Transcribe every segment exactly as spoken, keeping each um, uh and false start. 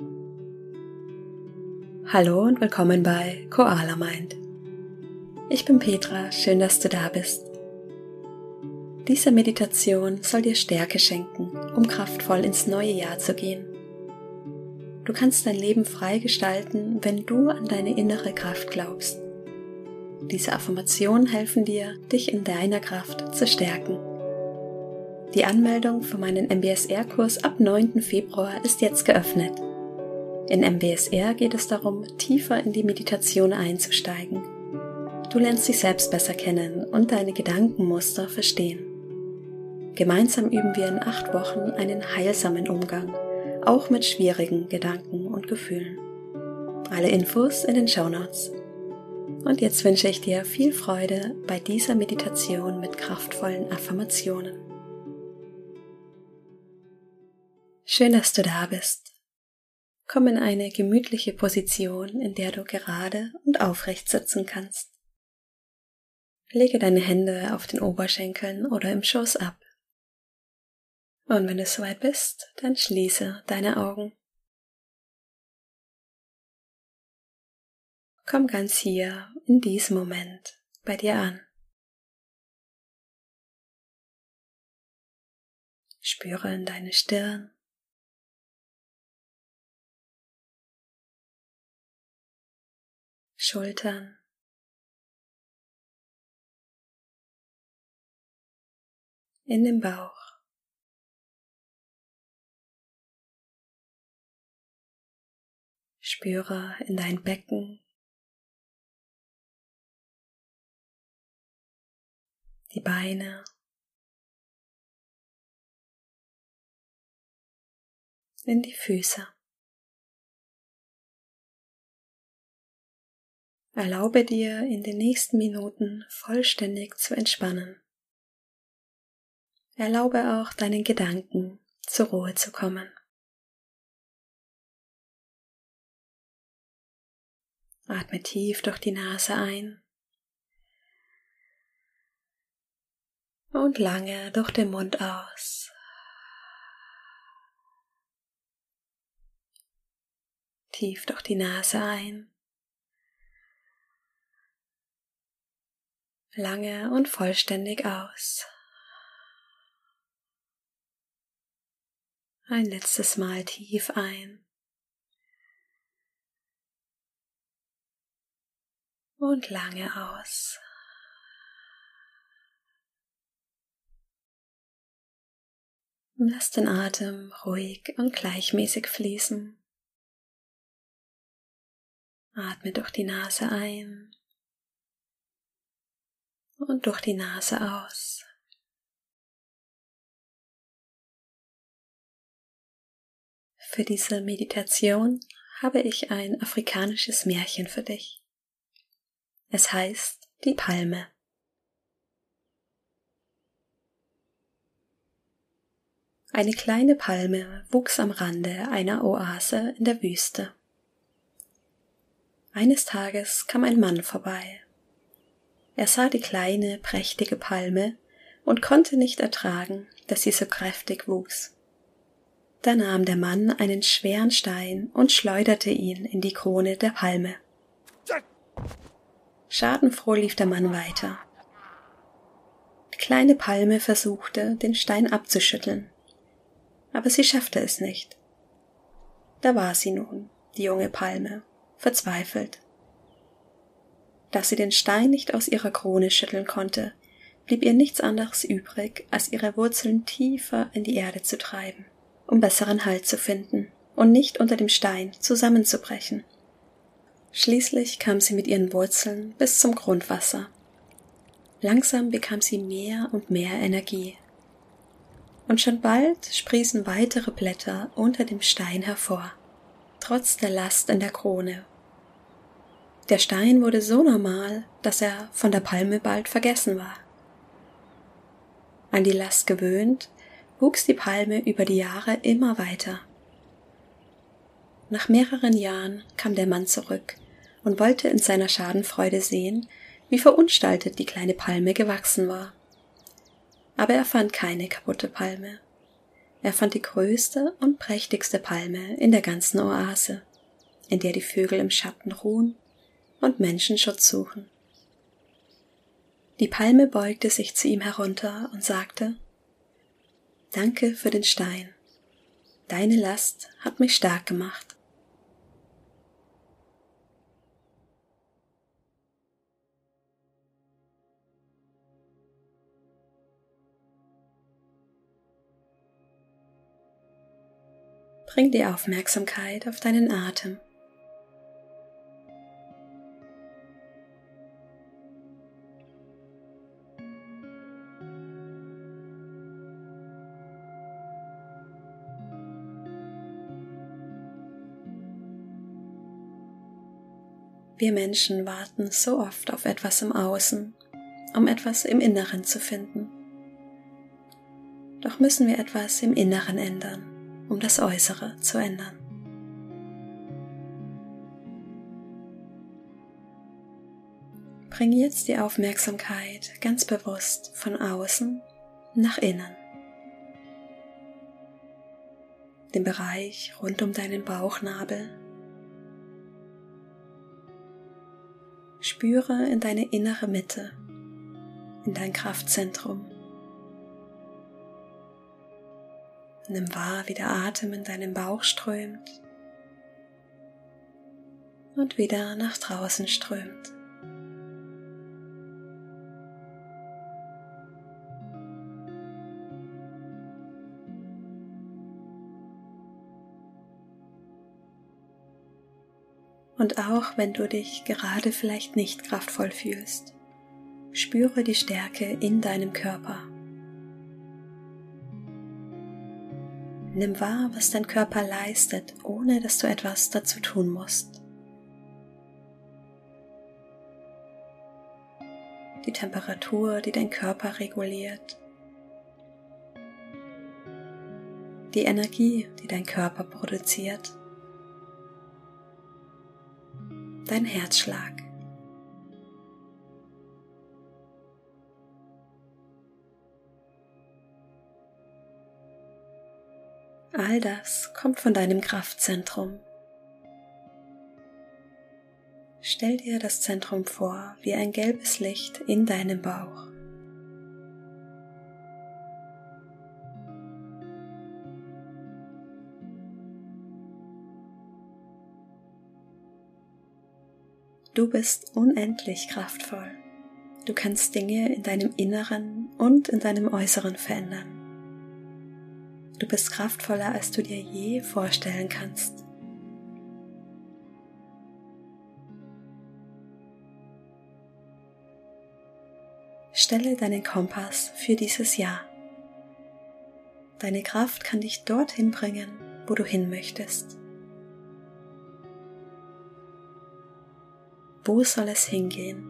Hallo und willkommen bei Koala Mind. Ich bin Petra, schön, dass du da bist. Diese Meditation soll dir Stärke schenken, um kraftvoll ins neue Jahr zu gehen. Du kannst dein Leben frei gestalten, wenn du an deine innere Kraft glaubst. Diese Affirmationen helfen dir, dich in deiner Kraft zu stärken. Die Anmeldung für meinen M B S R-Kurs ab neunten Februar ist jetzt geöffnet. In M B S R geht es darum, tiefer in die Meditation einzusteigen. Du lernst dich selbst besser kennen und deine Gedankenmuster verstehen. Gemeinsam üben wir in acht Wochen einen heilsamen Umgang, auch mit schwierigen Gedanken und Gefühlen. Alle Infos in den Shownotes. Und jetzt wünsche ich dir viel Freude bei dieser Meditation mit kraftvollen Affirmationen. Schön, dass du da bist. Komm in eine gemütliche Position, in der du gerade und aufrecht sitzen kannst. Lege deine Hände auf den Oberschenkeln oder im Schoß ab. Und wenn du soweit bist, dann schließe deine Augen. Komm ganz hier in diesem Moment bei dir an. Spüre in deine Stirn. Schultern, in den Bauch, spüre in dein Becken, die Beine, in die Füße. Erlaube dir, in den nächsten Minuten vollständig zu entspannen. Erlaube auch deinen Gedanken zur Ruhe zu kommen. Atme tief durch die Nase ein und lange durch den Mund aus. Tief durch die Nase ein. Lange und vollständig aus. Ein letztes Mal tief ein. Und lange aus. Und lass den Atem ruhig und gleichmäßig fließen. Atme durch die Nase ein. Und durch die Nase aus. Für diese Meditation habe ich ein afrikanisches Märchen für dich. Es heißt die Palme. Eine kleine Palme wuchs am Rande einer Oase in der Wüste. Eines Tages kam ein Mann vorbei. Er sah die kleine, prächtige Palme und konnte nicht ertragen, dass sie so kräftig wuchs. Da nahm der Mann einen schweren Stein und schleuderte ihn in die Krone der Palme. Schadenfroh lief der Mann weiter. Die kleine Palme versuchte, den Stein abzuschütteln, aber sie schaffte es nicht. Da war sie nun, die junge Palme, verzweifelt. Da sie den Stein nicht aus ihrer Krone schütteln konnte, blieb ihr nichts anderes übrig, als ihre Wurzeln tiefer in die Erde zu treiben, um besseren Halt zu finden und nicht unter dem Stein zusammenzubrechen. Schließlich kam sie mit ihren Wurzeln bis zum Grundwasser. Langsam bekam sie mehr und mehr Energie. Und schon bald sprießen weitere Blätter unter dem Stein hervor, trotz der Last in der Krone. Der Stein wurde so normal, dass er von der Palme bald vergessen war. An die Last gewöhnt, wuchs die Palme über die Jahre immer weiter. Nach mehreren Jahren kam der Mann zurück und wollte in seiner Schadenfreude sehen, wie verunstaltet die kleine Palme gewachsen war. Aber er fand keine kaputte Palme. Er fand die größte und prächtigste Palme in der ganzen Oase, in der die Vögel im Schatten ruhen und Menschen Schutz suchen. Die Palme beugte sich zu ihm herunter und sagte: Danke für den Stein. Deine Last hat mich stark gemacht. Bring die Aufmerksamkeit auf deinen Atem. Wir Menschen warten so oft auf etwas im Außen, um etwas im Inneren zu finden. Doch müssen wir etwas im Inneren ändern, um das Äußere zu ändern. Bring jetzt die Aufmerksamkeit ganz bewusst von außen nach innen. Den Bereich rund um deinen Bauchnabel. Spüre in deine innere Mitte, in dein Kraftzentrum. Nimm wahr, wie der Atem in deinem Bauch strömt und wieder nach draußen strömt. Und auch wenn du dich gerade vielleicht nicht kraftvoll fühlst, spüre die Stärke in deinem Körper. Nimm wahr, was dein Körper leistet, ohne dass du etwas dazu tun musst. Die Temperatur, die dein Körper reguliert. Die Energie, die dein Körper produziert. Dein Herzschlag. All das kommt von deinem Kraftzentrum. Stell dir das Zentrum vor wie ein gelbes Licht in deinem Bauch. Du bist unendlich kraftvoll. Du kannst Dinge in deinem Inneren und in deinem Äußeren verändern. Du bist kraftvoller, als du dir je vorstellen kannst. Stelle deinen Kompass für dieses Jahr. Deine Kraft kann dich dorthin bringen, wo du hin möchtest. Wo soll es hingehen?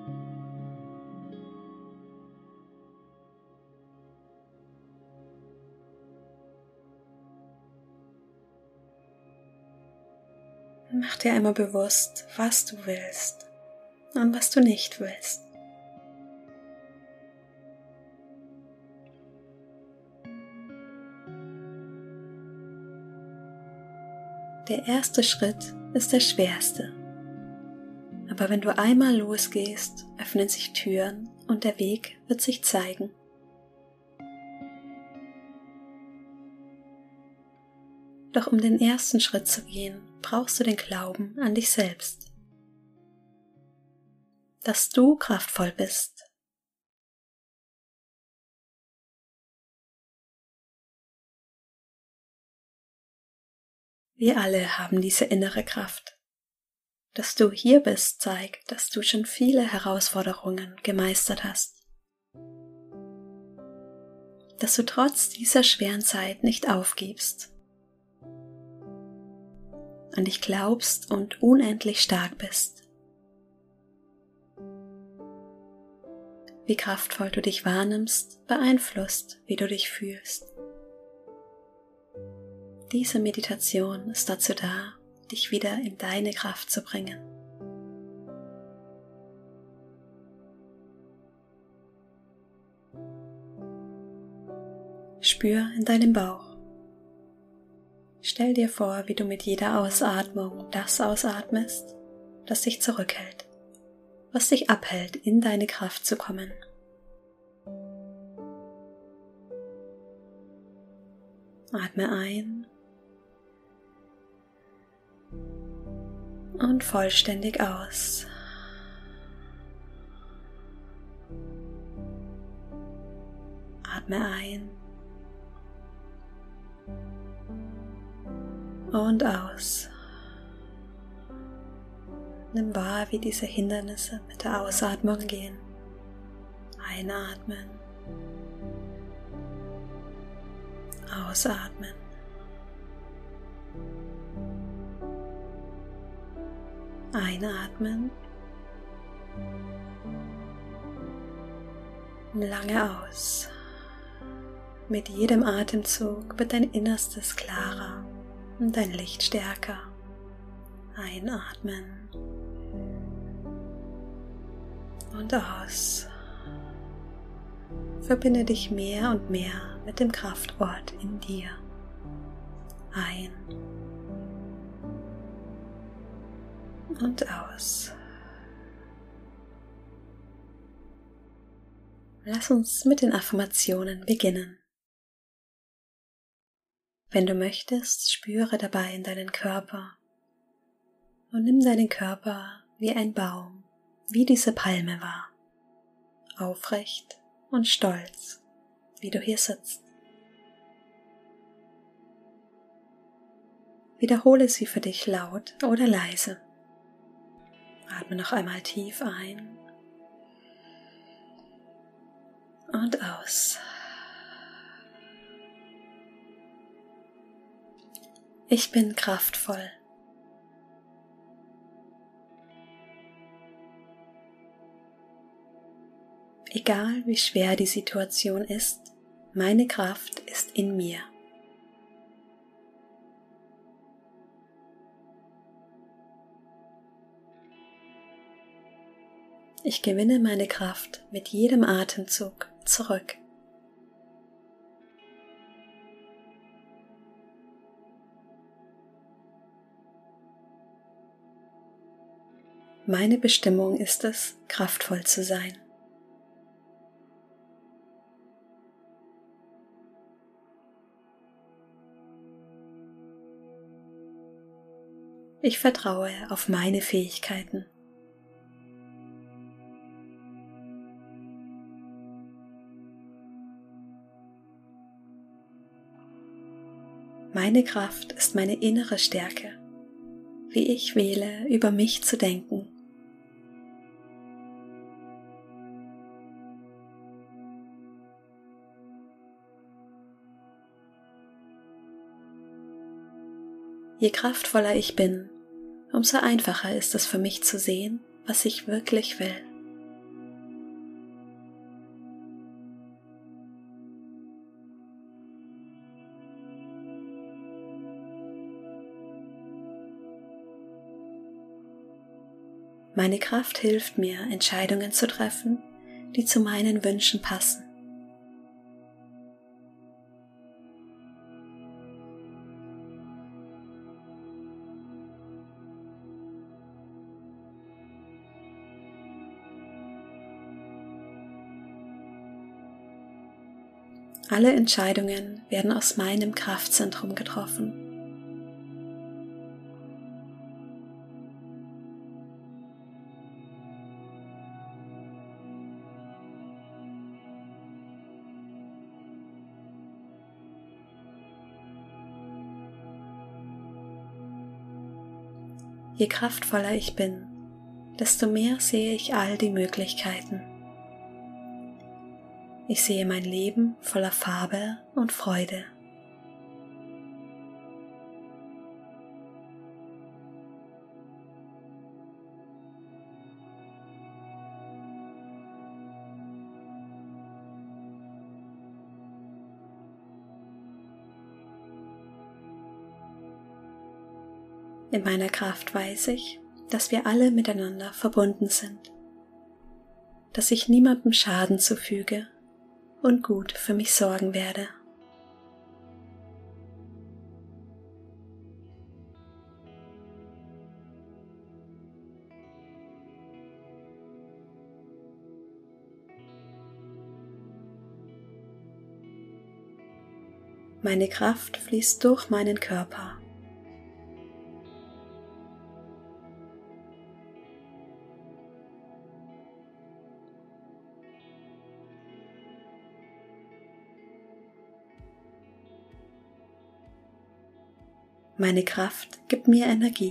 Mach dir einmal bewusst, was du willst und was du nicht willst. Der erste Schritt ist der schwerste. Aber wenn du einmal losgehst, öffnen sich Türen und der Weg wird sich zeigen. Doch um den ersten Schritt zu gehen, brauchst du den Glauben an dich selbst. Dass du kraftvoll bist. Wir alle haben diese innere Kraft. Dass du hier bist, zeigt, dass du schon viele Herausforderungen gemeistert hast. Dass du trotz dieser schweren Zeit nicht aufgibst. An dich glaubst und unendlich stark bist. Wie kraftvoll du dich wahrnimmst, beeinflusst, wie du dich fühlst. Diese Meditation ist dazu da, dich wieder in deine Kraft zu bringen. Spür in deinem Bauch. Stell dir vor, wie du mit jeder Ausatmung das ausatmest, das dich zurückhält, was dich abhält, in deine Kraft zu kommen. Atme ein und vollständig aus. Atme ein und aus. Nimm wahr, wie diese Hindernisse mit der Ausatmung gehen. Einatmen. Ausatmen. Einatmen. Lange aus. Mit jedem Atemzug wird dein Innerstes klarer und dein Licht stärker. Einatmen und aus. Verbinde dich mehr und mehr mit dem Kraftort in dir. Ein und aus. Lass uns mit den Affirmationen beginnen. Wenn du möchtest, spüre dabei in deinen Körper und nimm deinen Körper wie ein Baum, wie diese Palme war, aufrecht und stolz, wie du hier sitzt. Wiederhole sie für dich laut oder leise. Atme noch einmal tief ein und aus. Ich bin kraftvoll. Egal wie schwer die Situation ist, meine Kraft ist in mir. Ich gewinne meine Kraft mit jedem Atemzug zurück. Meine Bestimmung ist es, kraftvoll zu sein. Ich vertraue auf meine Fähigkeiten. Meine Kraft ist meine innere Stärke, wie ich wähle, über mich zu denken. Je kraftvoller ich bin, umso einfacher ist es für mich zu sehen, was ich wirklich will. Meine Kraft hilft mir, Entscheidungen zu treffen, die zu meinen Wünschen passen. Alle Entscheidungen werden aus meinem Kraftzentrum getroffen. Je kraftvoller ich bin, desto mehr sehe ich all die Möglichkeiten. Ich sehe mein Leben voller Farbe und Freude. In meiner Kraft weiß ich, dass wir alle miteinander verbunden sind, dass ich niemandem Schaden zufüge und gut für mich sorgen werde. Meine Kraft fließt durch meinen Körper. Meine Kraft gibt mir Energie.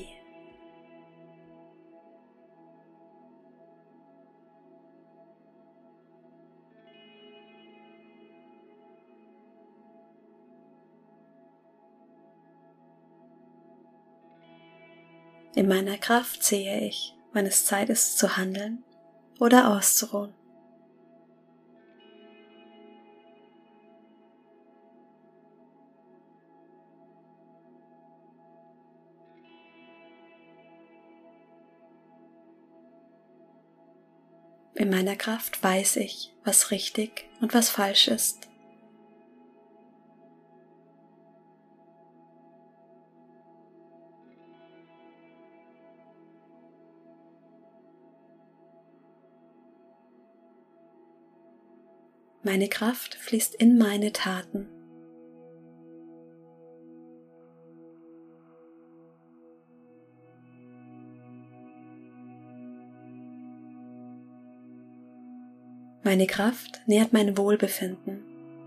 In meiner Kraft sehe ich, wann es Zeit ist zu handeln oder auszuruhen. In meiner Kraft weiß ich, was richtig und was falsch ist. Meine Kraft fließt in meine Taten. Meine Kraft nährt mein Wohlbefinden.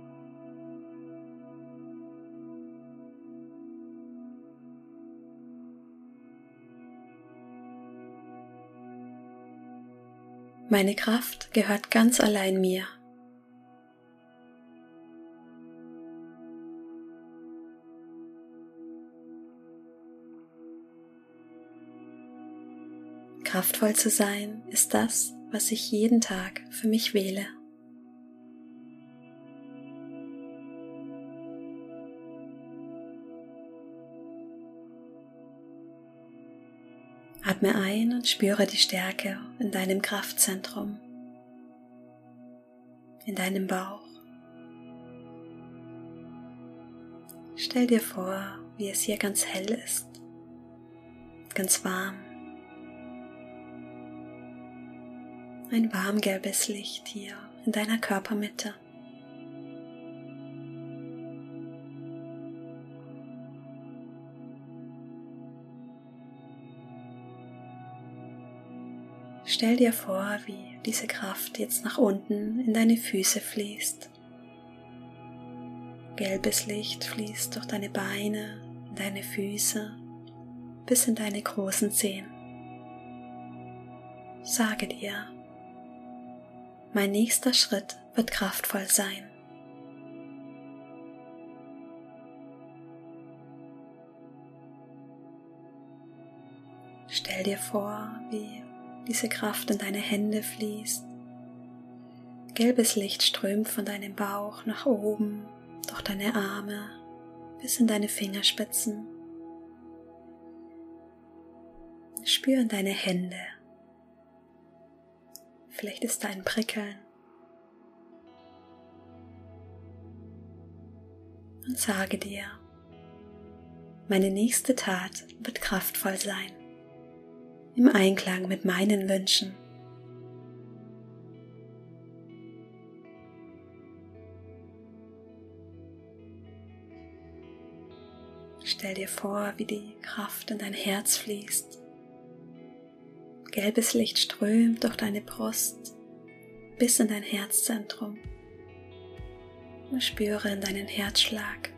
Meine Kraft gehört ganz allein mir. Kraftvoll zu sein ist das, was ich jeden Tag für mich wähle. Atme ein und spüre die Stärke in deinem Kraftzentrum, in deinem Bauch. Stell dir vor, wie es hier ganz hell ist, ganz warm. Ein warmgelbes Licht hier in deiner Körpermitte. Stell dir vor, wie diese Kraft jetzt nach unten in deine Füße fließt. Gelbes Licht fließt durch deine Beine, in deine Füße, bis in deine großen Zehen. Sage dir, mein nächster Schritt wird kraftvoll sein. Stell dir vor, wie diese Kraft in deine Hände fließt. Gelbes Licht strömt von deinem Bauch nach oben, durch deine Arme, bis in deine Fingerspitzen. Spür in deine Hände. Vielleicht ist da ein Prickeln. Und sage dir, meine nächste Tat wird kraftvoll sein, im Einklang mit meinen Wünschen. Stell dir vor, wie die Kraft in dein Herz fließt. Gelbes Licht strömt durch deine Brust bis in dein Herzzentrum. Und spüre in deinen Herzschlag.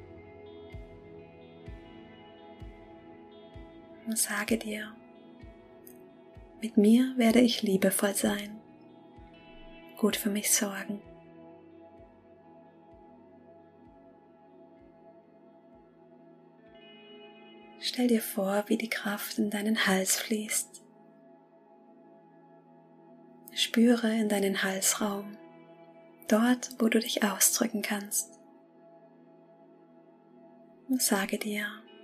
Und sage dir, mit mir werde ich liebevoll sein, gut für mich sorgen. Stell dir vor, wie die Kraft in deinen Hals fließt. Spüre in deinen Halsraum, dort, wo du dich ausdrücken kannst. Und sage dir,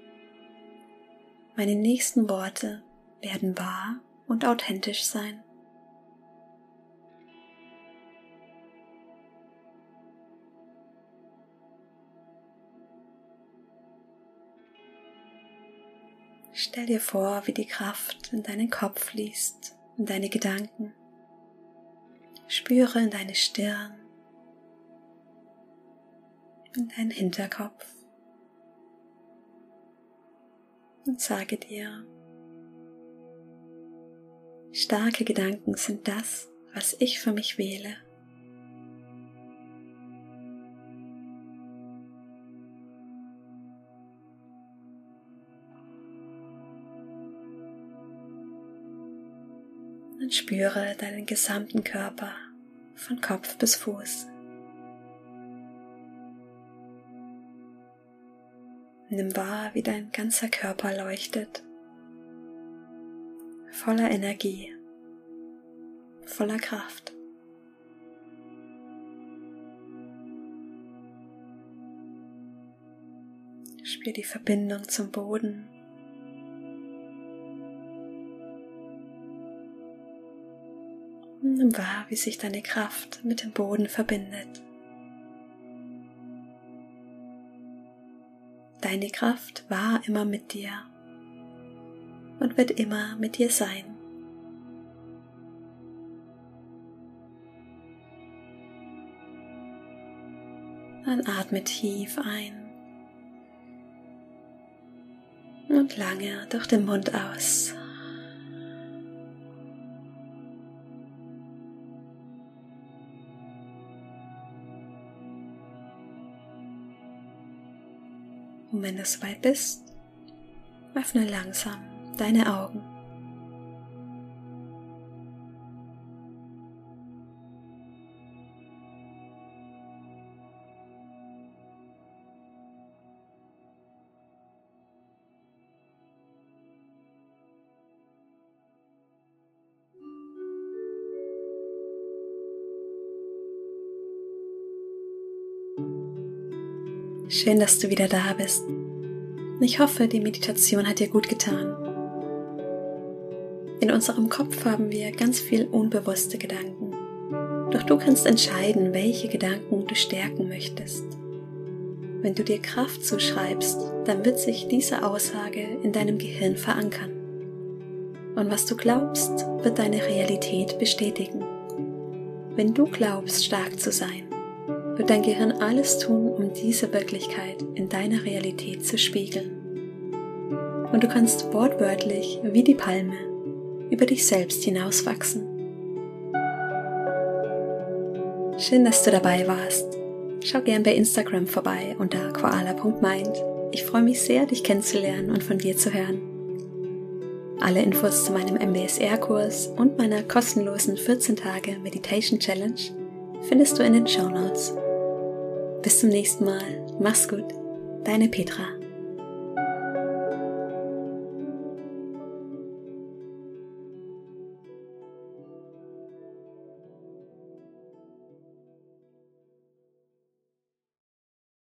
meine nächsten Worte werden wahr und authentisch sein. Stell dir vor, wie die Kraft in deinen Kopf fließt, in deine Gedanken. Spüre in deine Stirn, in deinen Hinterkopf und sage dir, starke Gedanken sind das, was ich für mich wähle. Und spüre deinen gesamten Körper von Kopf bis Fuß. Nimm wahr, wie dein ganzer Körper leuchtet, voller Energie, voller Kraft. Spür die Verbindung zum Boden. Nimm wahr, wie sich deine Kraft mit dem Boden verbindet. Deine Kraft war immer mit dir und wird immer mit dir sein. Dann atme tief ein und lange durch den Mund aus. Und wenn du soweit bist, öffne langsam deine Augen. Schön, dass du wieder da bist. Ich hoffe, die Meditation hat dir gut getan. In unserem Kopf haben wir ganz viel unbewusste Gedanken. Doch du kannst entscheiden, welche Gedanken du stärken möchtest. Wenn du dir Kraft zuschreibst, dann wird sich diese Aussage in deinem Gehirn verankern. Und was du glaubst, wird deine Realität bestätigen. Wenn du glaubst, stark zu sein, wird dein Gehirn alles tun, um diese Wirklichkeit in deiner Realität zu spiegeln. Und du kannst wortwörtlich wie die Palme über dich selbst hinauswachsen. Schön, dass du dabei warst. Schau gern bei Instagram vorbei unter koala punkt mind. Ich freue mich sehr, dich kennenzulernen und von dir zu hören. Alle Infos zu meinem M B S R-Kurs und meiner kostenlosen vierzehn Tage Meditation Challenge findest du in den Shownotes. Bis zum nächsten Mal. Mach's gut. Deine Petra.